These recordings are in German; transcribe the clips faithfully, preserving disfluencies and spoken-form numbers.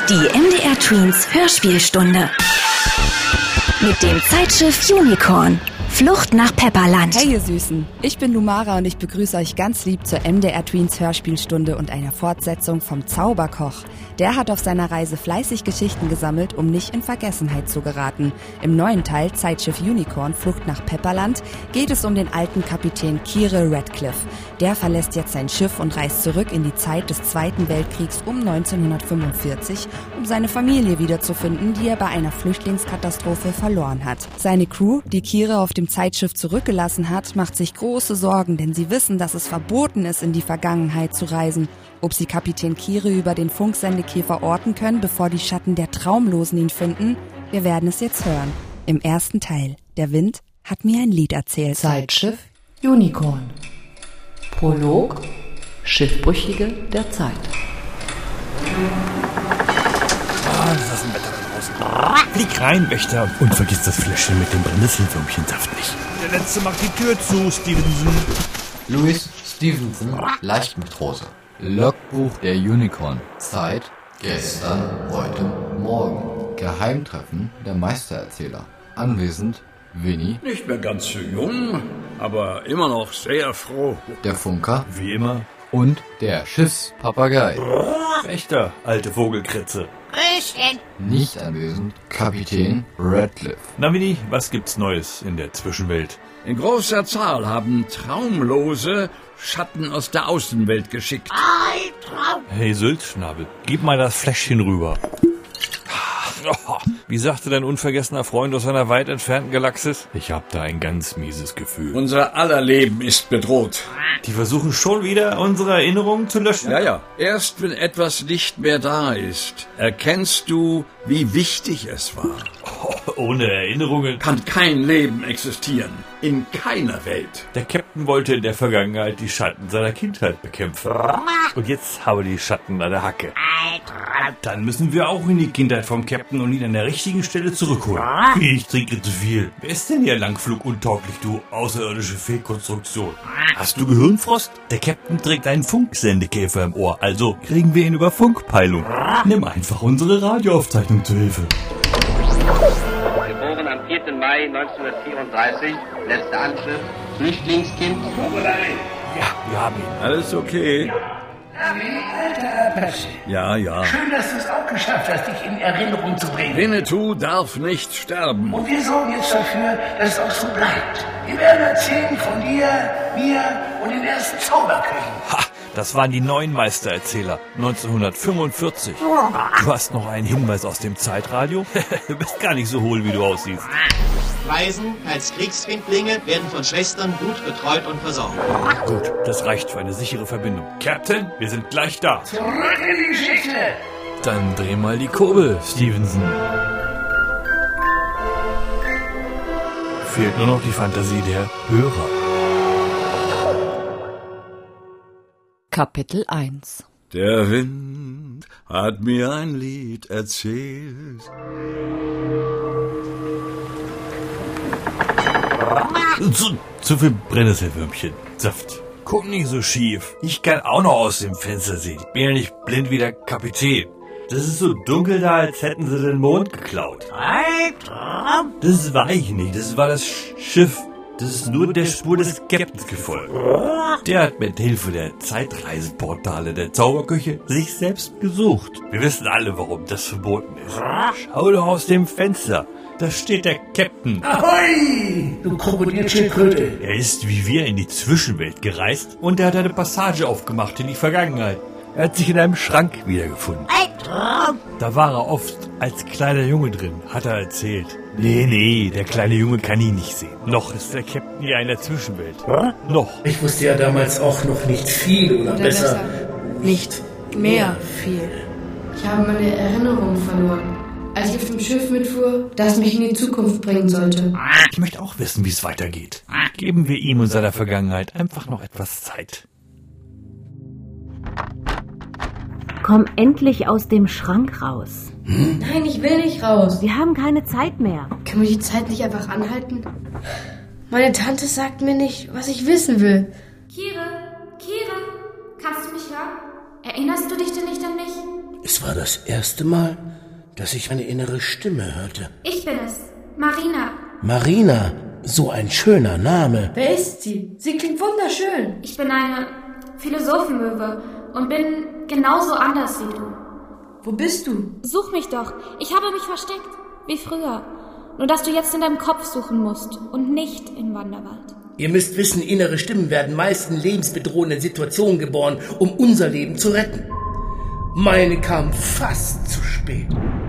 Die M D R Tweens Hörspielstunde. Mit dem Zeitschiff Unicorn. Flucht nach Pepperland. Hey ihr Süßen, ich bin Lumara und ich begrüße euch ganz lieb zur M D R Tweens Hörspielstunde und einer Fortsetzung vom Zauberkoch. Der hat auf seiner Reise fleißig Geschichten gesammelt, um nicht in Vergessenheit zu geraten. Im neuen Teil Zeitschiff Unicorn, Flucht nach Pepperland, geht es um den alten Kapitän Kire Radcliffe. Der verlässt jetzt sein Schiff und reist zurück in die Zeit des Zweiten Weltkriegs um neunzehnhundertfünfundvierzig, um seine Familie wiederzufinden, die er bei einer Flüchtlingskatastrophe verloren hat. Seine Crew, die Kire auf dem Zeitschiff zurückgelassen hat, macht sich große Sorgen, denn sie wissen, dass es verboten ist, in die Vergangenheit zu reisen. Ob sie Kapitän Kire über den Funksendekäfer orten können, bevor die Schatten der Traumlosen ihn finden, wir werden es jetzt hören. Im ersten Teil. Der Wind hat mir ein Lied erzählt. Zeitschiff Unicorn. Prolog Schiffbrüchige der Zeit. Ah, das ist ein Wetter da draußen. Flieg rein, Wächter, und vergiss das Fläschchen mit dem Brennnesselwürmchensaft nicht. Der Letzte macht die Tür zu, Stevenson. Louis Stevenson, Leichtmatrose. Logbuch der Unicorn. Zeit: gestern, heute, morgen. Geheimtreffen der Meistererzähler. Anwesend: Winnie. Nicht mehr ganz so jung, aber immer noch sehr froh. Der Funker. Wie immer. Und der Schiffspapagei. Wächter, alte Vogelkritze. Grüßchen. Nicht anwesend: Kapitän Radcliffe. Na Winnie, was gibt's Neues in der Zwischenwelt? In großer Zahl haben Traumlose Schatten aus der Außenwelt geschickt. Ein Traum. Hey Syltschnabel, gib mal das Fläschchen rüber. Oh, wie sagte dein unvergessener Freund aus einer weit entfernten Galaxis? Ich hab da ein ganz mieses Gefühl. Unser aller Leben ist bedroht. Die versuchen schon wieder, unsere Erinnerungen zu löschen? Ja, ja. Erst wenn etwas nicht mehr da ist, erkennst du, wie wichtig es war. Oh, ohne Erinnerungen Kann kein Leben existieren. In keiner Welt. Der Captain wollte in der Vergangenheit die Schatten seiner Kindheit bekämpfen. Und jetzt haben wir die Schatten an der Hacke. Dann müssen wir auch in die Kindheit vom Captain und ihn an der richtigen Stelle zurückholen. Ich trinke zu viel. Wer ist denn hier langfluguntauglich, du außerirdische Fehlkonstruktion? Hast du Gehirnfrost? Der Captain trägt einen Funksendekäfer im Ohr, also kriegen wir ihn über Funkpeilung. Nimm einfach unsere Radioaufzeichnung zur Hilfe. Geboren am vierten Mai neunzehnhundertvierunddreißig, letzter Anschrift, Flüchtlingskind. Ja, wir haben ihn. Alles okay? Alter Apache. Ja, ja. Schön, dass du es auch geschafft hast, dich in Erinnerung zu bringen. Winnetou darf nicht sterben. Und wir sorgen jetzt dafür, dass es auch so bleibt. Wir werden erzählen von dir, mir und den ersten Zauberköchen. Ha, das waren die neuen Meistererzähler, neunzehnhundertfünfundvierzig. Du hast noch einen Hinweis aus dem Zeitradio? Du bist gar nicht so hohl, wie du aussiehst. Waisen als Kriegsfindlinge werden von Schwestern gut betreut und versorgt. Gut, das reicht für eine sichere Verbindung. Captain, wir sind gleich da. Zurück in die Geschichte. Dann dreh mal die Kurbel, Stevenson. Fehlt nur noch die Fantasie der Hörer. Kapitel eins. Der Wind hat mir ein Lied erzählt. Zu, zu viel Brennnesselwürmchen. Saft. Guck nicht so schief. Ich kann auch noch aus dem Fenster sehen. Ich bin ja nicht blind wie der Kapitän. Das ist so dunkel da, als hätten sie den Mond geklaut. Das war ich nicht. Das war das Schiff. Das ist nur der Spur des Captains gefolgt. Der hat mit Hilfe der Zeitreiseportale der Zauberküche sich selbst gesucht. Wir wissen alle, warum das verboten ist. Schau doch aus dem Fenster. Da steht der Captain. Ahoi, du Krokodilschildkröte. Er ist wie wir in die Zwischenwelt gereist und er hat eine Passage aufgemacht in die Vergangenheit. Er hat sich in einem Schrank wiedergefunden. Da war er oft als kleiner Junge drin, hat er erzählt. Nee, nee, der kleine Junge kann ihn nicht sehen. Noch ist der Captain ja in der Zwischenwelt. Noch. Ich wusste ja damals auch noch nicht viel oder, oder besser, besser nicht mehr viel. Ich habe meine Erinnerung verloren, als ich auf dem Schiff mitfuhr, das mich in die Zukunft bringen sollte. Ich möchte auch wissen, wie es weitergeht. Geben wir ihm und seiner Vergangenheit einfach noch etwas Zeit. Komm endlich aus dem Schrank raus. Hm? Nein, ich will nicht raus. Wir haben keine Zeit mehr. Können wir die Zeit nicht einfach anhalten? Meine Tante sagt mir nicht, was ich wissen will. Kire, Kire, kannst du mich hören? Erinnerst du dich denn nicht an mich? Es war das erste Mal, dass ich eine innere Stimme hörte. Ich bin es, Marina. Marina, so ein schöner Name. Wer ist sie? Sie klingt wunderschön. Ich bin eine Philosophenmöwe und bin genauso anders wie du. Wo bist du? Such mich doch. Ich habe mich versteckt, wie früher. Nur, dass du jetzt in deinem Kopf suchen musst und nicht im Wanderwald. Ihr müsst wissen, innere Stimmen werden meist in lebensbedrohenden Situationen geboren, um unser Leben zu retten. Meine kam fast zu spät.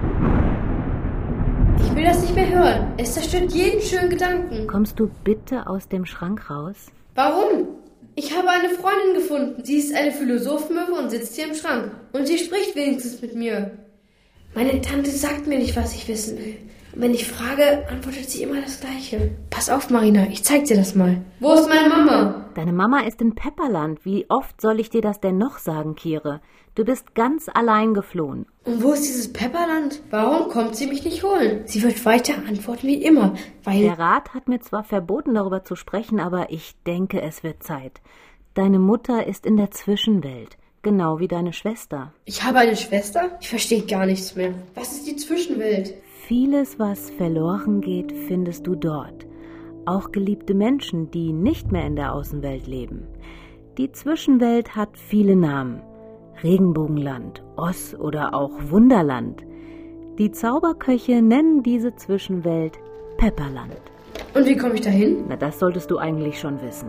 Ich will das nicht mehr hören. Es zerstört jeden schönen Gedanken. Kommst du bitte aus dem Schrank raus? Warum? Ich habe eine Freundin gefunden. Sie ist eine Philosophenmöwe und sitzt hier im Schrank. Und sie spricht wenigstens mit mir. Meine Tante sagt mir nicht, was ich wissen will. Und wenn ich frage, antwortet sie immer das Gleiche. Pass auf, Marina, ich zeig dir das mal. Wo ist meine Mama? Deine Mama ist in Pepperland. Wie oft soll ich dir das denn noch sagen, Kire? Du bist ganz allein geflohen. Und wo ist dieses Pepperland? Warum kommt sie mich nicht holen? Sie wird weiter antworten wie immer, weil... Der Rat hat mir zwar verboten, darüber zu sprechen, aber ich denke, es wird Zeit. Deine Mutter ist in der Zwischenwelt, genau wie deine Schwester. Ich habe eine Schwester? Ich verstehe gar nichts mehr. Was ist die Zwischenwelt? Vieles, was verloren geht, findest du dort. Auch geliebte Menschen, die nicht mehr in der Außenwelt leben. Die Zwischenwelt hat viele Namen. Regenbogenland, Oz oder auch Wunderland. Die Zauberköche nennen diese Zwischenwelt Pepperland. Und wie komme ich dahin? Na, das solltest du eigentlich schon wissen.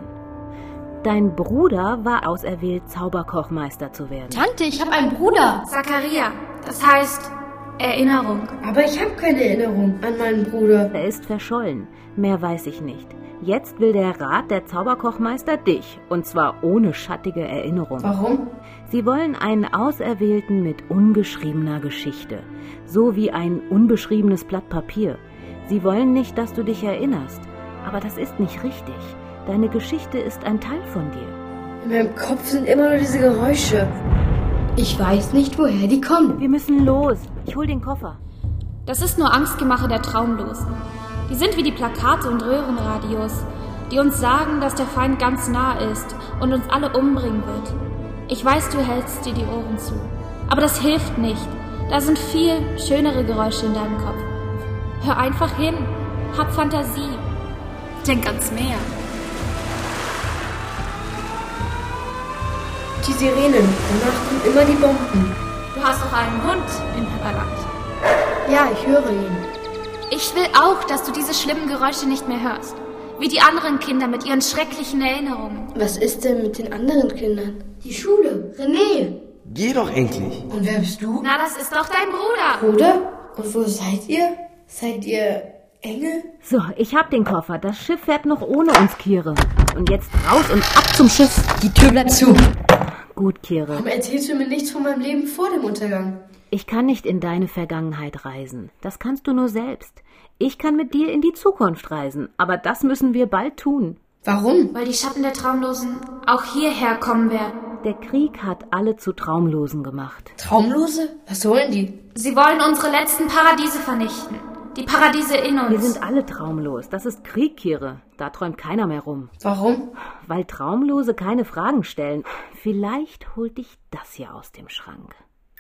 Dein Bruder war auserwählt, Zauberkochmeister zu werden. Tante, ich habe einen Bruder. Zacharia, das heißt Erinnerung. Aber ich habe keine Erinnerung an meinen Bruder. Er ist verschollen. Mehr weiß ich nicht. Jetzt will der Rat der Zauberkochmeister dich. Und zwar ohne schattige Erinnerung. Warum? Sie wollen einen Auserwählten mit ungeschriebener Geschichte. So wie ein unbeschriebenes Blatt Papier. Sie wollen nicht, dass du dich erinnerst. Aber das ist nicht richtig. Deine Geschichte ist ein Teil von dir. In meinem Kopf sind immer nur diese Geräusche. Ich weiß nicht, woher die kommen. Wir müssen los. Ich hol den Koffer. Das ist nur Angstgemache der Traumlosen. Die sind wie die Plakate und Röhrenradios, die uns sagen, dass der Feind ganz nah ist und uns alle umbringen wird. Ich weiß, du hältst dir die Ohren zu. Aber das hilft nicht. Da sind viel schönere Geräusche in deinem Kopf. Hör einfach hin. Hab Fantasie. Denk ans Meer. Die Sirenen, danach kommen immer die Bomben. Du hast doch einen Hund in Pepperland. Ja, ich höre ihn. Ich will auch, dass du diese schlimmen Geräusche nicht mehr hörst. Wie die anderen Kinder mit ihren schrecklichen Erinnerungen. Was ist denn mit den anderen Kindern? Die Schule, René. Geh doch endlich. Und wer bist du? Na, das ist doch dein Bruder. Bruder? Und wo seid ihr? Seid ihr Engel? So, ich hab den Koffer. Das Schiff fährt noch ohne uns, Kire. Und jetzt raus und ab zum Schiff. Die Tür bleibt zu. Gut, Kire. Warum erzählst du mir nichts von meinem Leben vor dem Untergang? Ich kann nicht in deine Vergangenheit reisen. Das kannst du nur selbst. Ich kann mit dir in die Zukunft reisen. Aber das müssen wir bald tun. Warum? Weil die Schatten der Traumlosen auch hierher kommen werden. Der Krieg hat alle zu Traumlosen gemacht. Traumlose? Was wollen die? Sie wollen unsere letzten Paradiese vernichten. Die Paradiese in uns. Wir sind alle traumlos. Das ist Krieg, Kire. Da träumt keiner mehr rum. Warum? Weil Traumlose keine Fragen stellen. Vielleicht holt dich das hier aus dem Schrank.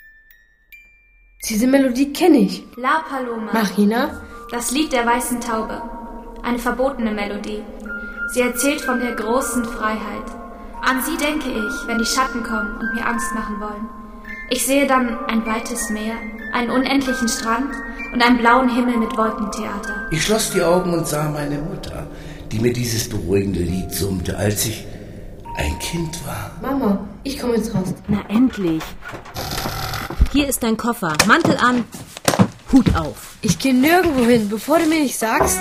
Diese Melodie kenne ich. La Paloma. Marina? Das Lied der weißen Taube. Eine verbotene Melodie. Sie erzählt von der großen Freiheit. An sie denke ich, wenn die Schatten kommen und mir Angst machen wollen. Ich sehe dann ein weites Meer, einen unendlichen Strand und einen blauen Himmel mit Wolkentheater. Ich schloss die Augen und sah meine Mutter, die mir dieses beruhigende Lied summte, als ich ein Kind war. Mama, ich komme jetzt raus. Na endlich. Hier ist dein Koffer. Mantel an. Hut auf. Ich gehe nirgendwo hin, bevor du mir nicht sagst.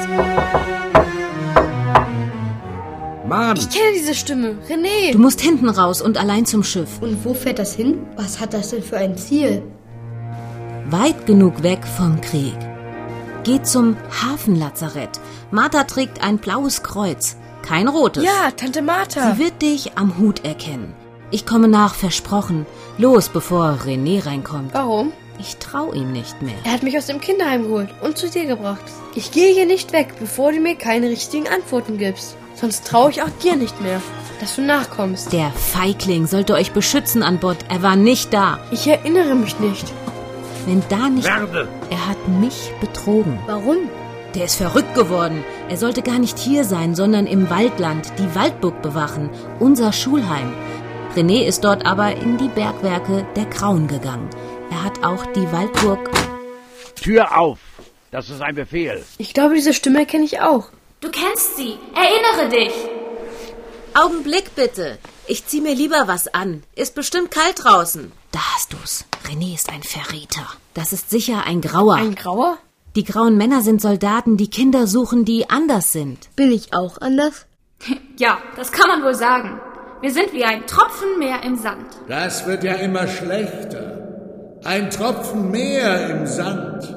Mann! Ich kenne diese Stimme. René! Du musst hinten raus und allein zum Schiff. Und wo fährt das hin? Was hat das denn für ein Ziel? Weit genug weg vom Krieg. Geh zum Hafenlazarett. Martha trägt ein blaues Kreuz. Kein rotes. Ja, Tante Martha. Sie wird dich am Hut erkennen. Ich komme nach, versprochen. Los, bevor René reinkommt. Warum? Ich trau ihm nicht mehr. Er hat mich aus dem Kinderheim geholt und zu dir gebracht. Ich gehe hier nicht weg, bevor du mir keine richtigen Antworten gibst. Sonst traue ich auch dir nicht mehr, dass du nachkommst. Der Feigling sollte euch beschützen an Bord. Er war nicht da. Ich erinnere mich nicht. Wenn da nicht... Werde! Er hat mich betrogen. Warum? Der ist verrückt geworden. Er sollte gar nicht hier sein, sondern im Waldland, die Waldburg bewachen, unser Schulheim. René ist dort aber in die Bergwerke der Grauen gegangen. Er hat auch die Waldburg... Tür auf! Das ist ein Befehl. Ich glaube, diese Stimme kenne ich auch. Du kennst sie. Erinnere dich. Augenblick bitte. Ich zieh mir lieber was an. Ist bestimmt kalt draußen. Da hast du's. René ist ein Verräter. Das ist sicher ein Grauer. Ein Grauer? Die grauen Männer sind Soldaten, die Kinder suchen, die anders sind. Bin ich auch anders? Ja, das kann man wohl sagen. Wir sind wie ein Tropfen Meer im Sand. Das wird ja immer schlechter. Ein Tropfen Meer im Sand.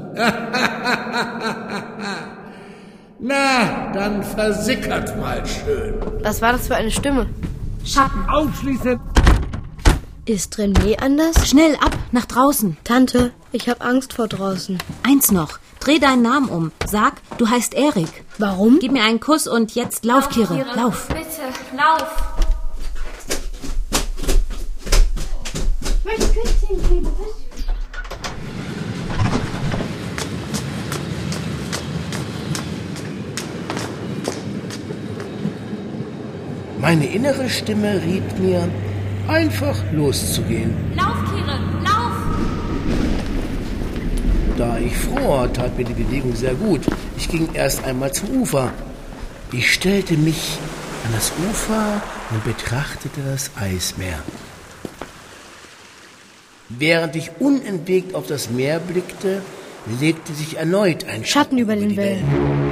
Na, dann versickert mal schön. Was war das für eine Stimme? Schatten. Aufschließen! Ist René anders? Schnell ab, nach draußen. Tante, ich habe Angst vor draußen. Eins noch. Dreh deinen Namen um. Sag, du heißt Erik. Warum? Gib mir einen Kuss und jetzt lauf, Kire. Kire. Lauf. Bitte, lauf. Meine innere Stimme riet mir, einfach loszugehen. Lauf, Kire, lauf! Da ich fror, tat mir die Bewegung sehr gut. Ich ging erst einmal zum Ufer. Ich stellte mich an das Ufer und betrachtete das Eismeer. Während ich unentwegt auf das Meer blickte, legte sich erneut ein Schatten über den Wellen.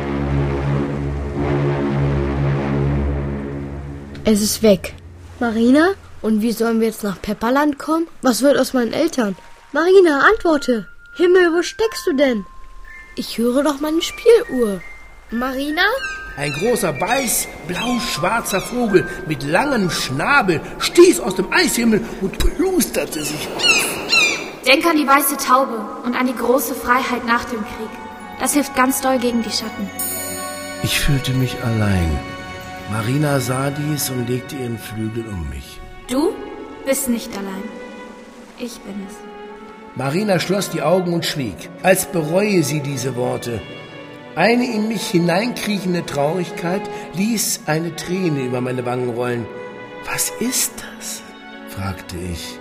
Es ist weg. Marina? Und wie sollen wir jetzt nach Pepperland kommen? Was wird aus meinen Eltern? Marina, antworte! Himmel, wo steckst du denn? Ich höre doch meine Spieluhr. Marina? Ein großer, weiß-blau-schwarzer Vogel mit langem Schnabel stieß aus dem Eishimmel und plusterte sich auf. Denk an die weiße Taube und an die große Freiheit nach dem Krieg. Das hilft ganz doll gegen die Schatten. Ich fühlte mich allein. Marina sah dies und legte ihren Flügel um mich. Du bist nicht allein. Ich bin es. Marina schloss die Augen und schwieg, als bereue sie diese Worte. Eine in mich hineinkriechende Traurigkeit ließ eine Träne über meine Wangen rollen. »Was ist das?« fragte ich.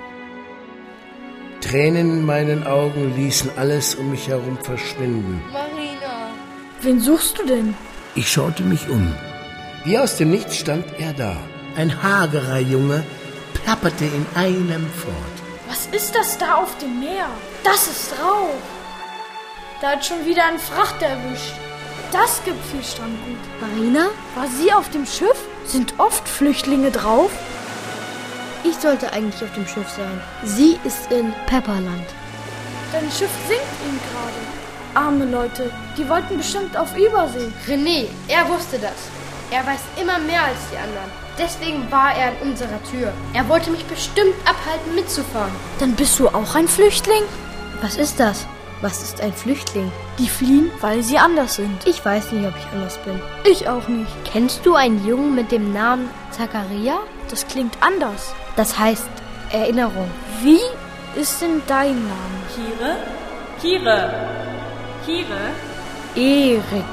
Tränen in meinen Augen ließen alles um mich herum verschwinden. Marina! Wen suchst du denn? Ich schaute mich um. Wie aus dem Nichts stand er da. Ein hagerer Junge plapperte in einem fort. Was ist das da auf dem Meer? Das ist Rauch. Da hat schon wieder ein Frachter erwischt. Das gibt viel Strandgut. Marina? War sie auf dem Schiff? Sind oft Flüchtlinge drauf? Ich sollte eigentlich auf dem Schiff sein. Sie ist in Pepperland. Dein Schiff sinkt ihm gerade. Arme Leute, die wollten bestimmt auf Übersee. René, er wusste das. Er weiß immer mehr als die anderen. Deswegen war er an unserer Tür. Er wollte mich bestimmt abhalten, mitzufahren. Dann bist du auch ein Flüchtling? Was ist das? Was ist ein Flüchtling? Die fliehen, weil sie anders sind. Ich weiß nicht, ob ich anders bin. Ich auch nicht. Kennst du einen Jungen mit dem Namen Zakaria? Das klingt anders. Das heißt Erinnerung. Wie ist denn dein Name? Kire? Kire? Kire? Erik.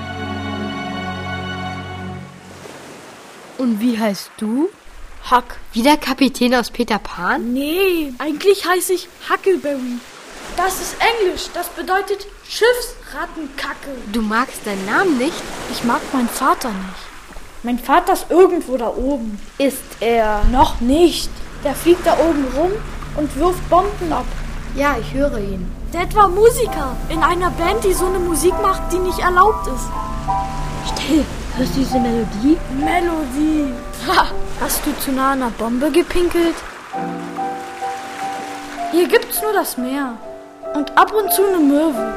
Und wie heißt du? Huck. Wie der Kapitän aus Peter Pan? Nee, eigentlich heiße ich Huckleberry. Das ist Englisch, das bedeutet Schiffsrattenkacke. Du magst deinen Namen nicht? Ich mag meinen Vater nicht. Mein Vater ist irgendwo da oben. Ist er? Noch nicht. Der fliegt da oben rum und wirft Bomben ab. Ja, ich höre ihn. Der war Musiker in einer Band, die so eine Musik macht, die nicht erlaubt ist. Still, hörst du diese Melodie? Melodie. Ha, hast du zu nah an einer Bombe gepinkelt? Hier gibt's nur das Meer. Und ab und zu eine Möwe.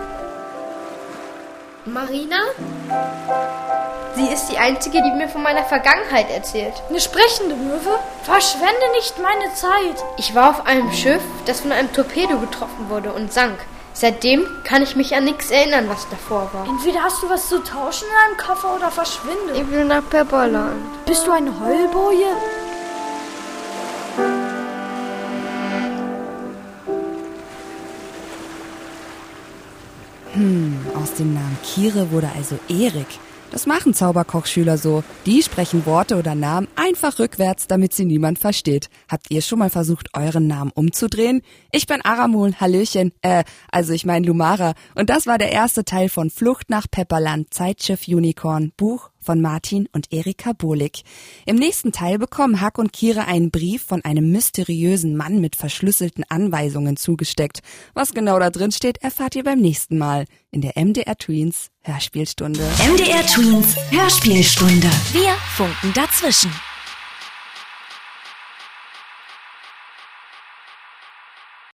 Marina? Sie ist die Einzige, die mir von meiner Vergangenheit erzählt. Eine sprechende Möwe? Verschwende nicht meine Zeit. Ich war auf einem Schiff, das von einem Torpedo getroffen wurde und sank. Seitdem kann ich mich an nichts erinnern, was davor war. Entweder hast du was zu tauschen in deinem Koffer oder verschwindet. Ich will nach Pepperland. Bist du eine Heulboje? Hm, aus dem Namen Kire wurde also Erik. Das machen Zauberkochschüler so. Die sprechen Worte oder Namen einfach rückwärts, damit sie niemand versteht. Habt ihr schon mal versucht, euren Namen umzudrehen? Ich bin Aramul, Hallöchen, äh, also ich meine Lumara. Und das war der erste Teil von Flucht nach Pepperland, Zeitschiff Unicorn, Buch von Martin und Erika Bohlig. Im nächsten Teil bekommen Huck und Kire einen Brief von einem mysteriösen Mann mit verschlüsselten Anweisungen zugesteckt. Was genau da drin steht, erfahrt ihr beim nächsten Mal in der M D R Tweens Hörspielstunde. M D R Tweens Hörspielstunde. Wir funken dazwischen.